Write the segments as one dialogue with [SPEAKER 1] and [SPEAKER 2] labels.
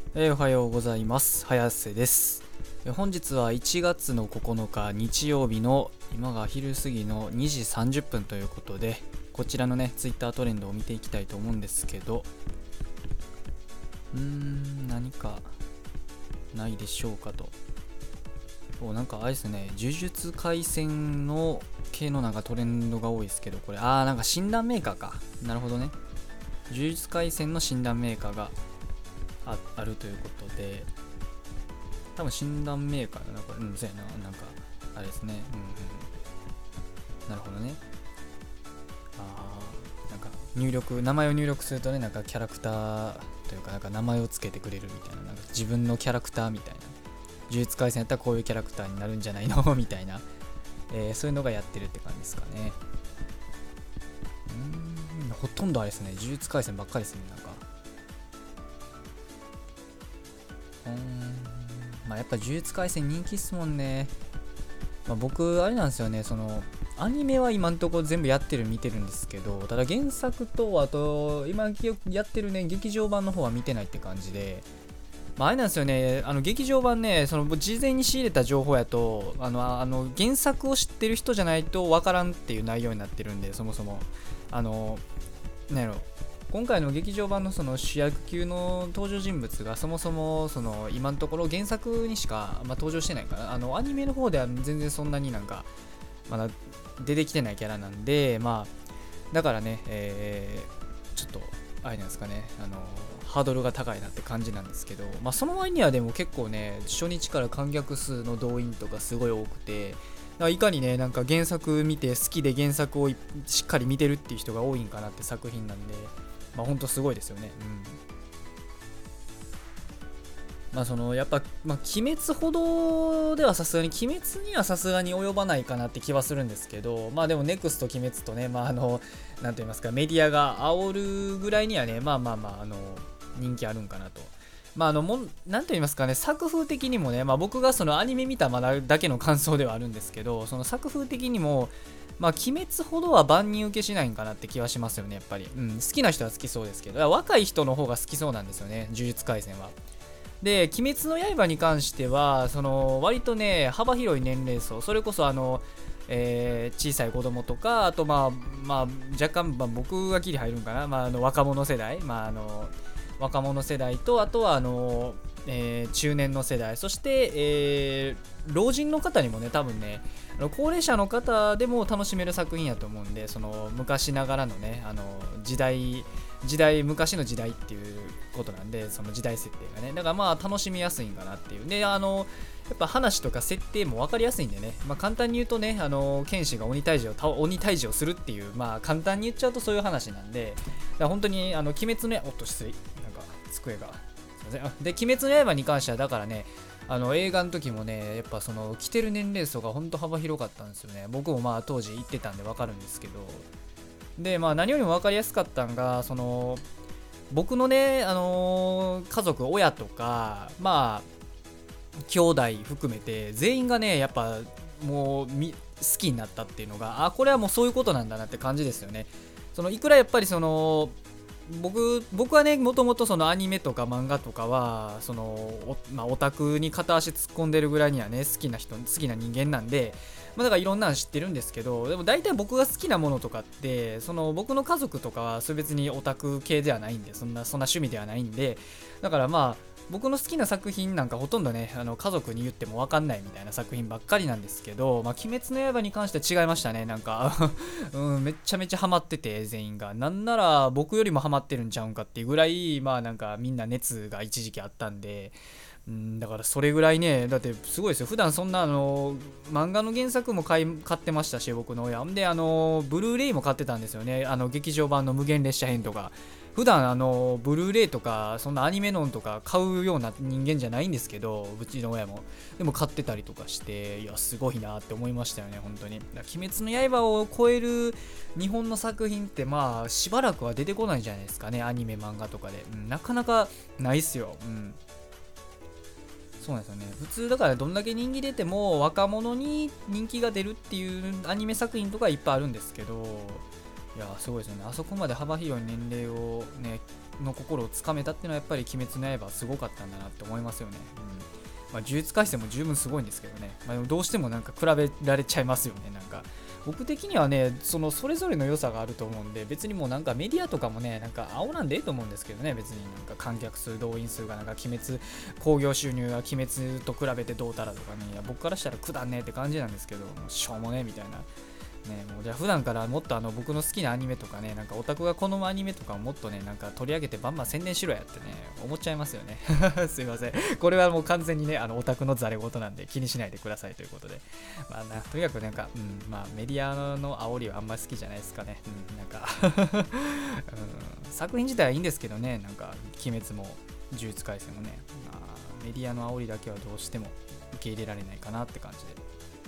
[SPEAKER 1] おはようございます。早瀬です。本日は1月の9日日曜日の今が昼過ぎの2時30分ということで、こちらのね、ツイッタートレンドを見ていきたいと思うんですけど、何かないでしょうかと。なんかあれですね、呪術廻戦の系のなんかトレンドが多いですけど、これ、なんか診断メーカーか。なるほどね。呪術廻戦の診断メーカーがあるということで、多分診断メーカーだな、これ。そうやな、なんか、あれですね。なるほどね。なんか名前を入力するとね、なんかキャラクターというか、なんか名前をつけてくれるみたいな、なんか自分のキャラクターみたいな。呪術廻戦やったらこういうキャラクターになるんじゃないのみたいな、そういうのがやってるって感じですかね。ほとんどあれですね、呪術廻戦ばっかりですね、なんか。やっぱ呪術廻戦人気っすもんね。僕あれなんですよね、そのアニメは今んとこ全部やってる見てるんですけど、ただ原作とあと今やってるね劇場版の方は見てないって感じで、あれなんですよね、劇場版ね、その事前に仕入れた情報やと原作を知ってる人じゃないとわからんっていう内容になってるんで、そもそもなんやろ、今回の劇場版のその主役級の登場人物がそもそもその今のところ原作にしか、登場してないから、アニメの方では全然そんなになんかまだ出てきてないキャラなんで、だからね、ちょっとあれなんですかね、ハードルが高いなって感じなんですけど、その割にはでも結構ね、初日から観客数の動員とかすごい多くて、いかにね、なんか原作見て好きで原作をしっかり見てるっていう人が多いんかなって作品なんで、ほんとすごいですよね。そのやっぱ、鬼滅ほどではさすがに、鬼滅にはさすがに及ばないかなって気はするんですけど、でもネクスト鬼滅とね、なんと言いますか、メディアが煽るぐらいにはね、人気あるんかなと。なんと言いますかね、作風的にもね、僕がそのアニメ見ただけの感想ではあるんですけど、その作風的にも、鬼滅ほどは万人受けしないんかなって気はしますよね、やっぱり。好きな人は好きそうですけど、若い人の方が好きそうなんですよね、呪術廻戦は。で、鬼滅の刃に関しては、その割とね、幅広い年齢層、それこそ小さい子供とか、あと若干、僕がギリ入るんかな、若者世代、若者世代と、あとは中年の世代、そして、老人の方にもね、多分ね、高齢者の方でも楽しめる作品やと思うんで、その昔ながらのね、昔の時代っていうことなんで、その時代設定がね、だから楽しみやすいんかなっていう。で、やっぱ話とか設定も分かりやすいんでね、簡単に言うとね、剣士が鬼退治をするっていう、簡単に言っちゃうとそういう話なんで、だから本当に鬼滅のおっと失礼、なんか机が、すいません。で、鬼滅の刃に関してはだからね、映画の時もね、やっぱその着てる年齢層が本当幅広かったんですよね。僕も当時行ってたんで分かるんですけど、で、何よりも分かりやすかったのが、その僕のね、家族、親とか、兄弟含めて全員がね、やっぱもう好きになったっていうのが、これはもうそういうことなんだなって感じですよね。そのいくらやっぱりその僕はね、もともとそのアニメとか漫画とかはそのオタクに片足突っ込んでるぐらいにはね、好きな人間なんで、だからいろんなの知ってるんですけど、でも大体僕が好きなものとかって、その僕の家族とかはそれ別にオタク系ではないんで、そんな趣味ではないんで、だから僕の好きな作品なんかほとんどね、家族に言っても分かんないみたいな作品ばっかりなんですけど、鬼滅の刃に関しては違いましたね、なんかめっちゃめちゃハマってて、全員が。なんなら僕よりもハマってるんちゃうんかっていうぐらい、なんかみんな熱が一時期あったんで、だからそれぐらいね、だってすごいですよ。普段そんな漫画の原作も買ってましたし、僕の親。で、ブルーレイも買ってたんですよね。劇場版の無限列車編とか。普段ブルーレイとか、そんなアニメのんとか買うような人間じゃないんですけど、うちの親も。でも買ってたりとかして、いや、すごいなって思いましたよね、本当に。鬼滅の刃を超える日本の作品ってしばらくは出てこないんじゃないですかね、アニメ漫画とかで。なかなかないっすよ。そうなんですよね。普通だからどんだけ人気出ても若者に人気が出るっていうアニメ作品とかいっぱいあるんですけど、 いやすごいですよね。あそこまで幅広い年齢をねの心をつかめたっていうのはやっぱり鬼滅の刃すごかったんだなって思いますよね。まあ、呪術廻戦も十分すごいんですけどね、まあ、でもどうしてもなんか比べられちゃいますよね。なんか僕的にはねそれぞれの良さがあると思うんで、別にもうなんかメディアとかもねなんか青なんでいいと思うんですけどね。別になんか観客数動員数がなんか鬼滅興行収入が鬼滅と比べてどうたらとかね、いや僕からしたらくだんねって感じなんですけど、もうしょうもねみたいなね。もうじゃあ普段からもっと僕の好きなアニメとかね、なんかオタクが好むアニメとかをもっとねなんか取り上げてバンバン宣伝しろやってね思っちゃいますよねすいません、これはもう完全にねオタクのザレ言なんで気にしないでくださいということで、まあとにかくなんか、まあメディアの煽りはあんまり好きじゃないですかね。なんか作品自体はいいんですけどね、なんか鬼滅も呪術廻戦もね、まあ、メディアの煽りだけはどうしても受け入れられないかなって感じで、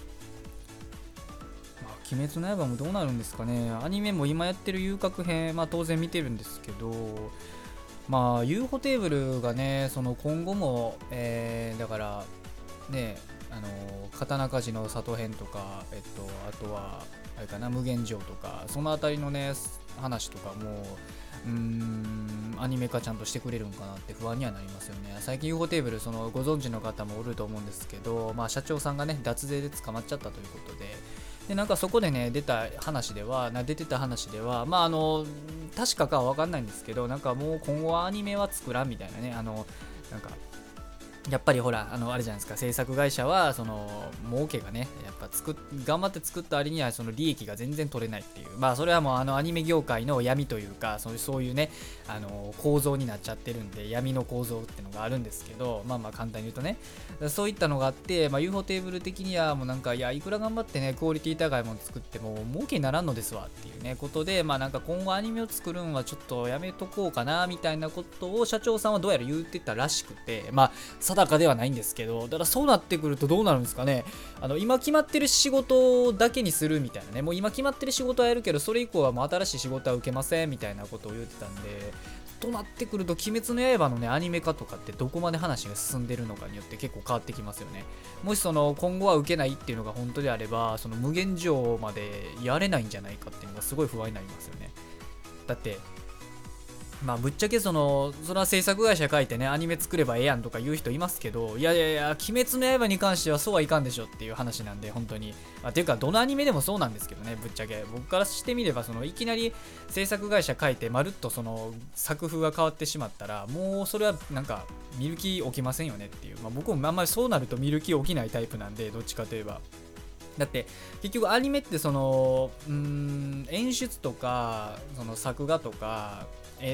[SPEAKER 1] 鬼滅の刃もどうなるんですかね。アニメも今やってる遊郭編、まあ当然見てるんですけど、まあ UFO テーブルがね、その今後も、だからね、刀鍛冶の里編とか、あとはあれかな、無限城とか、そのあたりのね話とかもアニメ化ちゃんとしてくれるんかなって不安にはなりますよね。最近 UFO テーブルご存知の方もおると思うんですけど、まあ社長さんがね脱税で捕まっちゃったということで、なんかそこでね出てた話では、まあ確かかは分かんないんですけど、なんかもう今後はアニメは作らんみたいなね、なんかやっぱりほらあれじゃないですか、制作会社は儲けがねやっぱ頑張って作った割にはその利益が全然取れないっていう、まあそれはもうアニメ業界の闇というか、そういうね構造になっちゃってるんで、闇の構造っていうのがあるんですけど、まあ簡単に言うとね、そういったのがあって、まあ、UFO テーブル的にはもうなんか、いやいくら頑張ってねクオリティ高いもの作っても儲けにならんのですわっていうねことで、まあなんか今後アニメを作るんはちょっとやめとこうかなみたいなことを社長さんはどうやら言ってたらしくて、まあ定かではないんですけど、だからそうなってくるとどうなるんですかね。今決まってる仕事だけにするみたいなね、もう今決まってる仕事はやるけどそれ以降はもう新しい仕事は受けませんみたいなことを言ってたんで、となってくると鬼滅の刃のねアニメ化とかってどこまで話が進んでるのかによって結構変わってきますよね。もし今後は受けないっていうのが本当であれば、無限城までやれないんじゃないかっていうのがすごい不安になりますよね。だってまあぶっちゃけそれは制作会社書いてねアニメ作ればええやんとか言う人いますけど、いや鬼滅の刃に関してはそうはいかんでしょっていう話なんで、本当にっていうかどのアニメでもそうなんですけどね、ぶっちゃけ僕からしてみればいきなり制作会社書いてまるっと作風が変わってしまったら、もうそれはなんか見る気起きませんよねっていう、まあ、僕もあんまりそうなると見る気起きないタイプなんで、どっちかといえばだって結局アニメって演出とか作画とか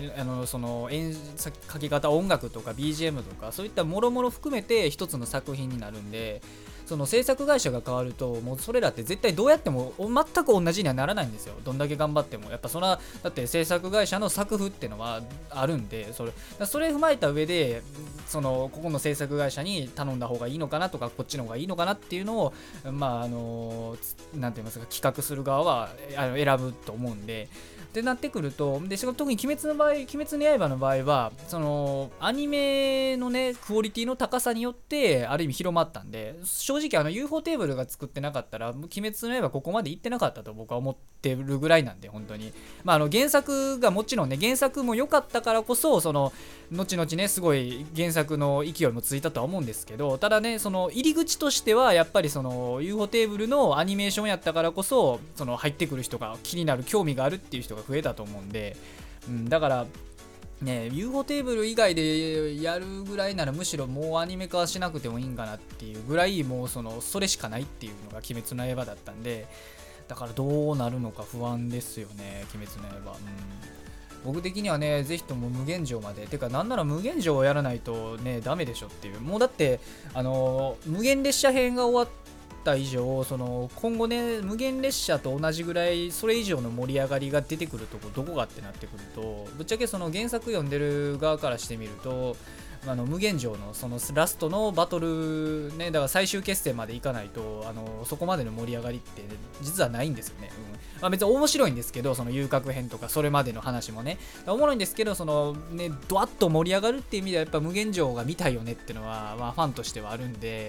[SPEAKER 1] 書き方、音楽とか BGM とかそういったもろもろ含めて一つの作品になるんで、制作会社が変わるともうそれらって絶対どうやっても全く同じにはならないんですよ。どんだけ頑張ってもやっぱだって制作会社の作風っていうのはあるんで、それ踏まえた上でここの制作会社に頼んだ方がいいのかなとかこっちの方がいいのかなっていうのをまあなんて言いますか、企画する側は選ぶと思うんで、ってなってくると、で特に鬼滅の刃の場合はアニメのねクオリティの高さによってある意味広まったんで、正直UFO テーブルが作ってなかったら鬼滅の刃ここまでいってなかったと僕は思ってるぐらいなんで、本当にまあ原作がもちろんね原作も良かったからこそ後々ねすごい原作の勢いもついたとは思うんですけど、ただね入り口としてはやっぱりUFO テーブルのアニメーションやったからこそ入ってくる人が気になる興味があるっていう人が増えたと思うんで、だからね UFO テーブル以外でやるぐらいならむしろもうアニメ化しなくてもいいんかなっていうぐらい、もうそれしかないっていうのが鬼滅の刃だったんで、だからどうなるのか不安ですよね鬼滅の刃。僕的にはねぜひとも無限城まで、てかなんなら無限城をやらないとねダメでしょっていう、もうだって無限列車編が終わった以上今後ね無限列車と同じぐらいそれ以上の盛り上がりが出てくるとこどこがってなってくると、ぶっちゃけ原作読んでる側からしてみると無限城のラストのバトルね、だから最終決戦までいかないとそこまでの盛り上がりって実はないんですよね。別に面白いんですけど遊郭編とかそれまでの話もねおもろいんですけどねドワッと盛り上がるっていう意味ではやっぱ無限城が見たいよねっていうのは、まあ、ファンとしてはあるんで、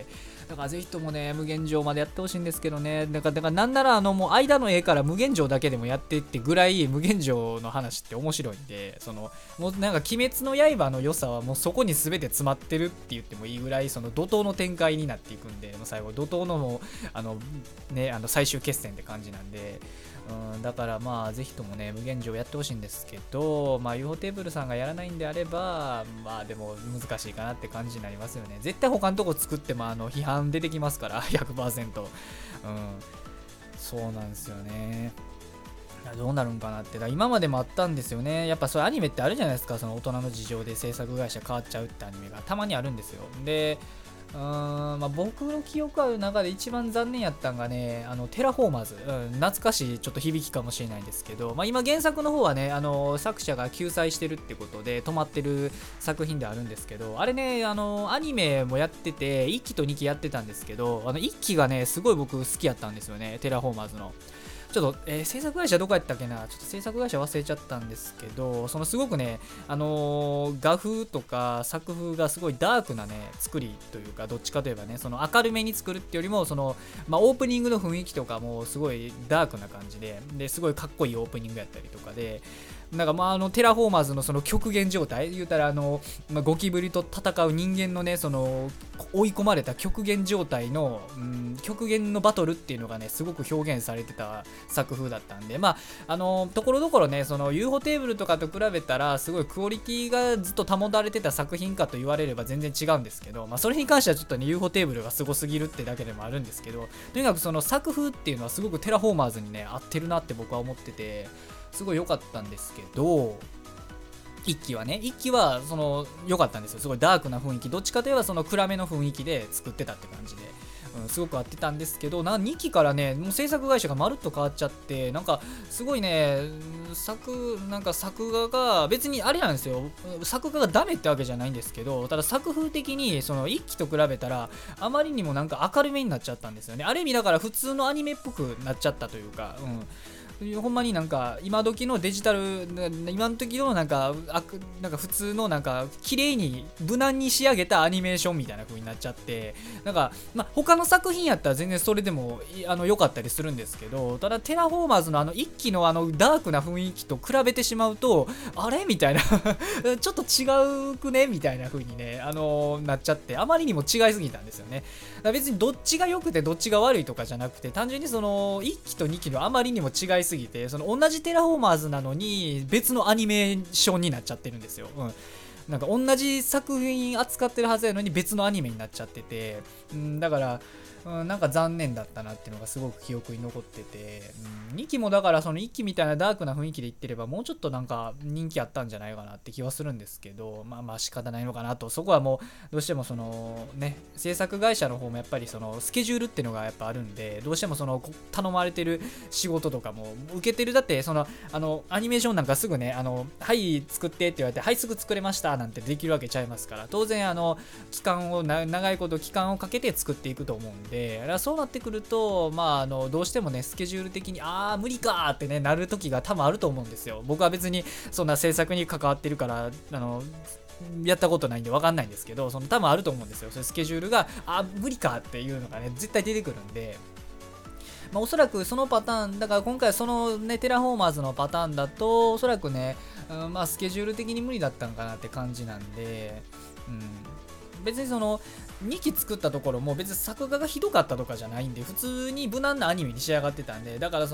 [SPEAKER 1] だからぜひともね無限城までやってほしいんですけどね。だからなんならもう間の絵から無限城だけでもやってってぐらい無限城の話って面白いんで、もうなんか鬼滅の刃の良さはもうそこに全て詰まってるって言ってもいいぐらい、その怒涛の展開になっていくんで、もう最後怒涛のもう最終決戦って感じなんで、だからまあぜひともね無限城やってほしいんですけど、まあ UFO テーブルさんがやらないんであれば、まあでも難しいかなって感じになりますよね。絶対他のとこ作っても批判出てきますから100%。そうなんですよね。どうなるんかなって。今までもあったんですよね。やっぱそういうアニメってあるじゃないですか。その大人の事情で制作会社変わっちゃうってアニメがたまにあるんですよ。で僕の記憶ある中で一番残念やったんがね、テラフォーマーズ、懐かしいちょっと響きかもしれないんですけど、今原作の方はね、作者が救済してるってことで止まってる作品であるんですけど、あれね、アニメもやってて1期と2期やってたんですけど、1期がねすごい僕好きやったんですよね、テラフォーマーズの。ちょっと、制作会社どこやったっけな、ちょっと制作会社忘れちゃったんですけど、すごくね、画風とか作風がすごいダークなね、作りというか、どっちかといえばね、明るめに作るってよりも、オープニングの雰囲気とかもすごいダークな感じで、すごいかっこいいオープニングやったりとかで、なんかテラフォーマーズのその極限状態言うたらゴキブリと戦う人間のね追い込まれた極限状態の、極限のバトルっていうのがねすごく表現されてた作風だったんで、ところどころねUFO テーブルとかと比べたらすごいクオリティがずっと保たれてた作品かと言われれば全然違うんですけど、それに関してはちょっとね UFO テーブルがすごすぎるってだけでもあるんですけど、とにかく作風っていうのはすごくテラフォーマーズにね合ってるなって僕は思ってて、すごい良かったんですけど、1期は良かったんですよ。すごいダークな雰囲気、どっちかといえば暗めの雰囲気で作ってたって感じで、すごく合ってたんですけど、2期からねもう制作会社がまるっと変わっちゃって、なんかすごいね作画が別にあれなんですよ、作画がダメってわけじゃないんですけど、ただ作風的に1期と比べたらあまりにもなんか明るめになっちゃったんですよね。ある意味だから普通のアニメっぽくなっちゃったというか、ほんまになんか今時のデジタル、今の時のなんか普通のなんか綺麗に無難に仕上げたアニメーションみたいな風になっちゃって、なんか他の作品やったら全然それでも良かったりするんですけど、ただテラフォーマーズの1期のダークな雰囲気と比べてしまうとあれみたいなちょっと違うくねみたいな風にねなっちゃって、あまりにも違いすぎたんですよね。だから別にどっちが良くてどっちが悪いとかじゃなくて、単純に1期と2期のあまりにも違いすぎて、同じテラフォーマーズなのに別のアニメーションになっちゃってるんですよ。なんか同じ作品扱ってるはずやのに別のアニメになっちゃってて、だからなんか残念だったなっていうのがすごく記憶に残ってて、2期もだから1期みたいなダークな雰囲気で言ってればもうちょっとなんか人気あったんじゃないかなって気はするんですけど、仕方ないのかなと。そこはもうどうしても制作会社の方もやっぱりスケジュールっていうのがやっぱあるんで、どうしても頼まれてる仕事とかも受けてる。だってアニメーションなんかすぐねはい作ってって言われてはいすぐ作れましたなんてできるわけちゃいますから、当然長いこと期間をかけて作っていくと思うんで、そうなってくるとどうしてもねスケジュール的に無理かってねなる時が多分あると思うんですよ。僕は別にそんな制作に関わってるからやったことないんで分かんないんですけど、多分あると思うんですよ。それスケジュールが無理かっていうのがね絶対出てくるんで、おそらくそのパターンだから今回テラフォーマーズのパターンだとおそらくね、スケジュール的に無理だったんかなって感じなんで、別に2期作ったところも別に作画がひどかったとかじゃないんで、普通に無難なアニメに仕上がってたんで、だから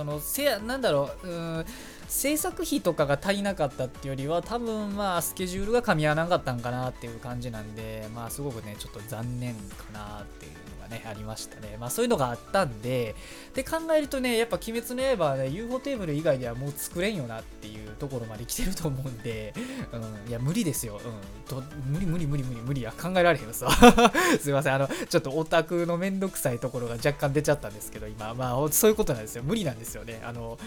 [SPEAKER 1] 制作費とかが足りなかったっていうよりは多分スケジュールが噛み合わなかったんかなっていう感じなんで、すごくねちょっと残念かなっていうのがねありましたね。そういうのがあったんで考えるとね、やっぱ鬼滅の刃はね UFO テーブル以外ではもう作れんよなっていうところまで来てると思うんで、いや無理ですよ。無理や考えられへんさすいません、ちょっとオタクのめんどくさいところが若干出ちゃったんですけど、今そういうことなんですよ。無理なんですよね。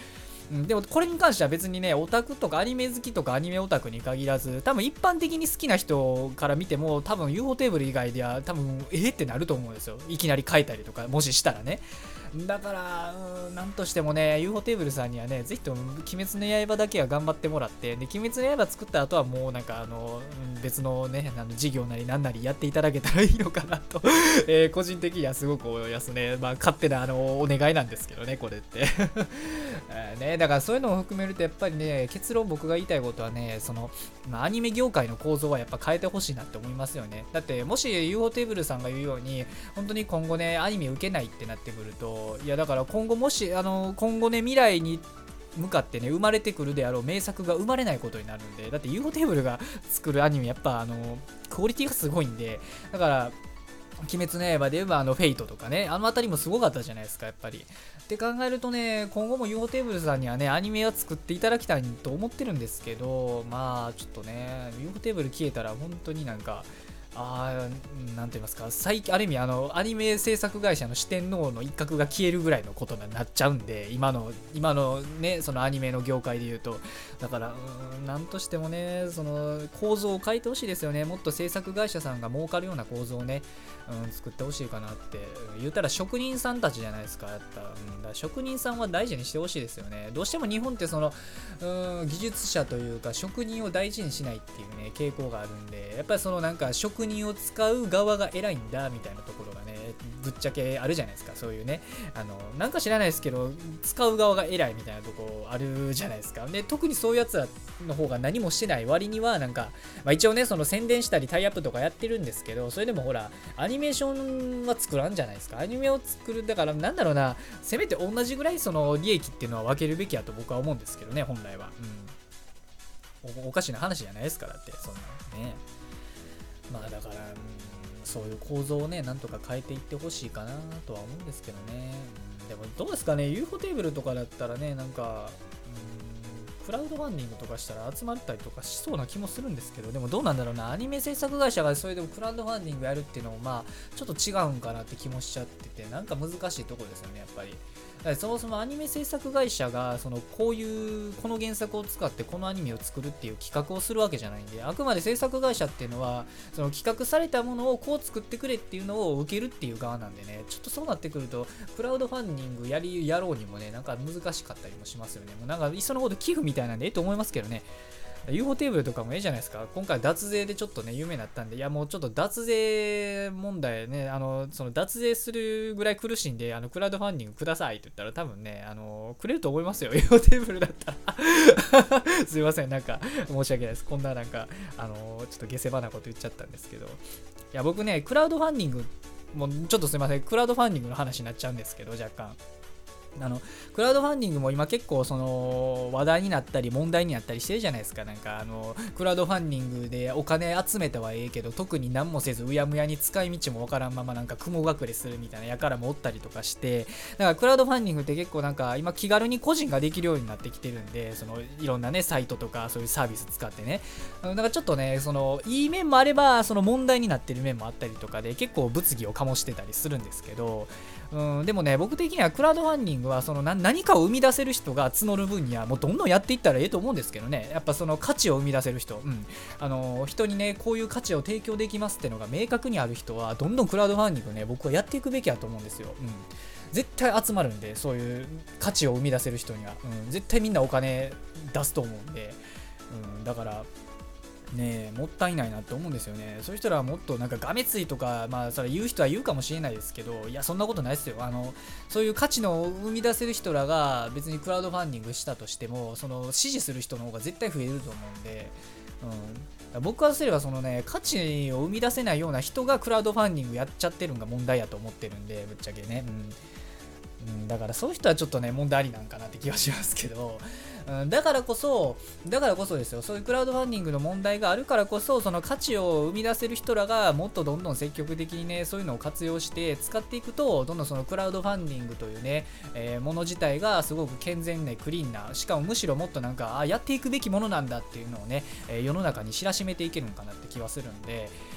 [SPEAKER 1] でもこれに関しては別にね、オタクとかアニメ好きとかアニメオタクに限らず、多分一般的に好きな人から見ても、多分 UFO テーブル以外では多分ってなると思うんですよ。いきなり書いたりとかもししたらね。だからなんとしてもね、 UFO テーブルさんにはね、ぜひとも鬼滅の刃だけは頑張ってもらって、で鬼滅の刃作った後はもうなんか別のね、事業なりなんなりやっていただけたらいいのかなと個人的にはすごく思いますね。まあ勝手なお願いなんですけどね、これってね、だからそういうのを含めるとやっぱりね、結論僕が言いたいことはね、アニメ業界の構造はやっぱ変えてほしいなって思いますよね。だってもし UFO テーブルさんが言うように本当に今後ねアニメ受けないってなってくると、いやだから今後もし今後ね未来に向かってね生まれてくるであろう名作が生まれないことになるんで、だって UFO テーブルが作るアニメやっぱクオリティがすごいんで、だから鬼滅の刃で言えばフェイトとかね、あの辺りもすごかったじゃないですか、やっぱり。って考えるとね、今後も UFO テーブルさんにはね、アニメは作っていただきたいと思ってるんですけど、まあちょっとね、UFO テーブル消えたら本当になんか、なんて言いますか、ある意味アニメ制作会社の四天王の一角が消えるぐらいのことになっちゃうんで、今のね、そのアニメの業界で言うと、だからなんとしてもね、その構造を変えてほしいですよね。もっと制作会社さんが儲かるような構造をね、作ってほしいかなって。言ったら職人さんたちじゃないですか、だから職人さんは大事にしてほしいですよね。どうしても日本って技術者というか職人を大事にしないっていうね傾向があるんで、やっぱりなんか職人を使う側が偉いんだみたいなところがね、ぶっちゃけあるじゃないですか。そういうね、なんか知らないですけど使う側が偉いみたいなとこあるじゃないですか。で特にそういうやつらの方が何もしてない割にはなんか、一応ね宣伝したりタイアップとかやってるんですけど、それでもほらアニメーションは作らんじゃないですか。アニメを作る、だからなんだろうな、せめて同じぐらい利益っていうのは分けるべきやと僕は思うんですけどね、本来は。おかしな話じゃないですからって、そんなね。まあだから、そういう構造をね、なんとか変えていってほしいかなとは思うんですけどね。でもどうですかね、UFO テーブルとかだったらね、なんか、クラウドファンディングとかしたら集まったりとかしそうな気もするんですけど、でもどうなんだろうな、アニメ制作会社がそれでもクラウドファンディングやるっていうのもまあちょっと違うんかなって気もしちゃってて、なんか難しいところですよね、やっぱり。そもそもアニメ制作会社がこの原作を使ってこのアニメを作るっていう企画をするわけじゃないんで、あくまで制作会社っていうのは企画されたものをこう作ってくれっていうのを受けるっていう側なんでね、ちょっとそうなってくるとクラウドファンディングやろうにもね、なんか難しかったりもしますよね。もうなんかいっそのこと寄付みたいなんでと思いますけどね。UFO テーブルとかもいいじゃないですか。今回脱税でちょっとね有名になったんで、いやもうちょっと脱税問題ね、脱税するぐらい苦しいんでクラウドファンディングくださいって言ったら多分ねくれると思いますよ、UFO テーブルだったらすいません、なんか申し訳ないです。こんななんかちょっと下世話なこと言っちゃったんですけど、いや僕ねクラウドファンディングもうちょっとすいません、クラウドファンディングの話になっちゃうんですけど、若干クラウドファンディングも今結構話題になったり問題になったりしてるじゃないですか。なんかクラウドファンディングでお金集めたはええけど特に何もせずうやむやに使い道もわからんままなんか雲隠れするみたいなやからもおったりとかして、だからクラウドファンディングって結構なんか今気軽に個人ができるようになってきてるんで、いろんなねサイトとかそういうサービス使ってね、なんかちょっとねいい面もあれば問題になってる面もあったりとかで結構物議を醸してたりするんですけど、でもね僕的にはクラウドファンディングは何かを生み出せる人が募る分にはもうどんどんやっていったらええと思うんですけどね。やっぱ価値を生み出せる人、人にねこういう価値を提供できますってのが明確にある人はどんどんクラウドファンディングね僕はやっていくべきだと思うんですよ。絶対集まるんで、そういう価値を生み出せる人には、絶対みんなお金出すと思うんで、だからねえもったいないなって思うんですよね。そういう人らはもっとなんかがめついとか、まあそれ言う人は言うかもしれないですけど、いやそんなことないですよ。そういう価値の生み出せる人らが別にクラウドファンディングしたとしても支持する人の方が絶対増えると思うんで、僕からすれば価値を生み出せないような人がクラウドファンディングやっちゃってるのが問題やと思ってるんで、ぶっちゃけね。だからそういう人はちょっとね問題ありなんかなって気がしますけど、だからこそですよ、そういうクラウドファンディングの問題があるからこそ価値を生み出せる人らがもっとどんどん積極的にねそういうのを活用して使っていくと、どんどんクラウドファンディングというね、もの自体がすごく健全でクリーンな、しかもむしろもっとなんかやっていくべきものなんだっていうのをね、世の中に知らしめていけるのかなって気はするんで、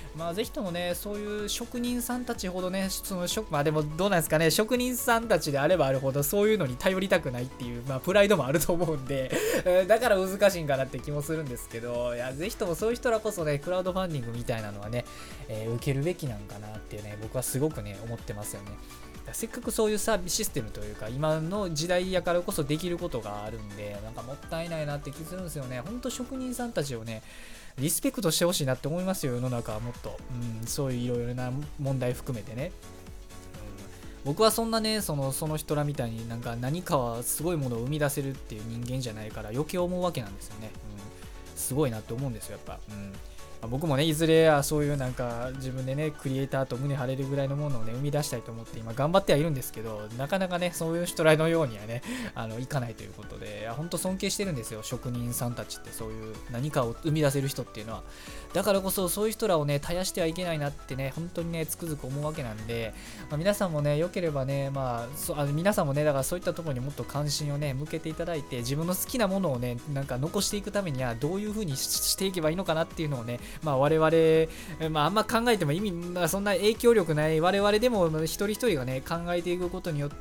[SPEAKER 1] ぜひともね、そういう職人さんたちほどね、でもどうなんですかね、職人さんたちであればあるほど、そういうのに頼りたくないっていう、プライドもあると思うんで、だから難しいんかなって気もするんですけど、いや、ぜひともそういう人らこそね、クラウドファンディングみたいなのはね、受けるべきなんかなっていうね、僕はすごくね、思ってますよね。せっかくそういうシステムというか今の時代やからこそできることがあるんで、なんかもったいないなって気するんですよね。ほんと職人さんたちをね、リスペクトしてほしいなって思いますよ、世の中はもっと。そういういろいろな問題含めてね。僕はそんなね、その人らみたいになんか何かはすごいものを生み出せるっていう人間じゃないから余計思うわけなんですよね。すごいなって思うんですよ、やっぱ。僕もね、いずれそういうなんか自分でね、クリエイターと胸張れるぐらいのものをね、生み出したいと思って今頑張ってはいるんですけど、なかなかね、そういう人らのようにはね、いかないということで、本当尊敬してるんですよ、職人さんたちって、そういう何かを生み出せる人っていうのは。だからこそ、そういう人らをね、絶やしてはいけないなってね、本当にね、つくづく思うわけなんで、皆さんもね、良ければね、皆さんもね、だからそういったところにもっと関心をね、向けていただいて、自分の好きなものをね、なんか残していくためには、どういう風にしていけばいいのかなっていうのをね、我々、あんま考えてもそんな影響力ない我々でも一人一人がね、考えていくことによって、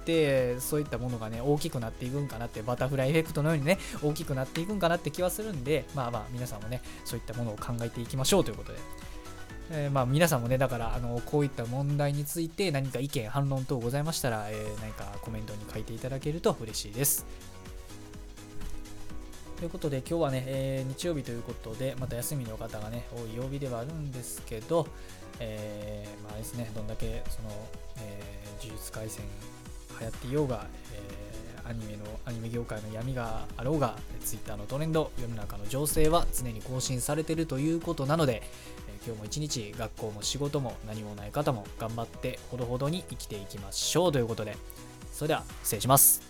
[SPEAKER 1] そういったものがね、大きくなっていくんかなって、バタフライエフェクトのようにね、大きくなっていくんかなって気はするんで、皆さんもね、そういったものを考えていきましょうということで。皆さんもね、だからこういった問題について何か意見反論等ございましたら、何かコメントに書いていただけると嬉しいです。ということで今日はね、日曜日ということでまた休みの方がね多い曜日ではあるんですけど、ですね、どんだけその、呪術廻戦流行っていようが、アニメ業界の闇があろうが、ツイッターのトレンド、世の中の情勢は常に更新されているということなので、今日も一日学校も仕事も何もない方も頑張ってほどほどに生きていきましょうということで、それでは失礼します。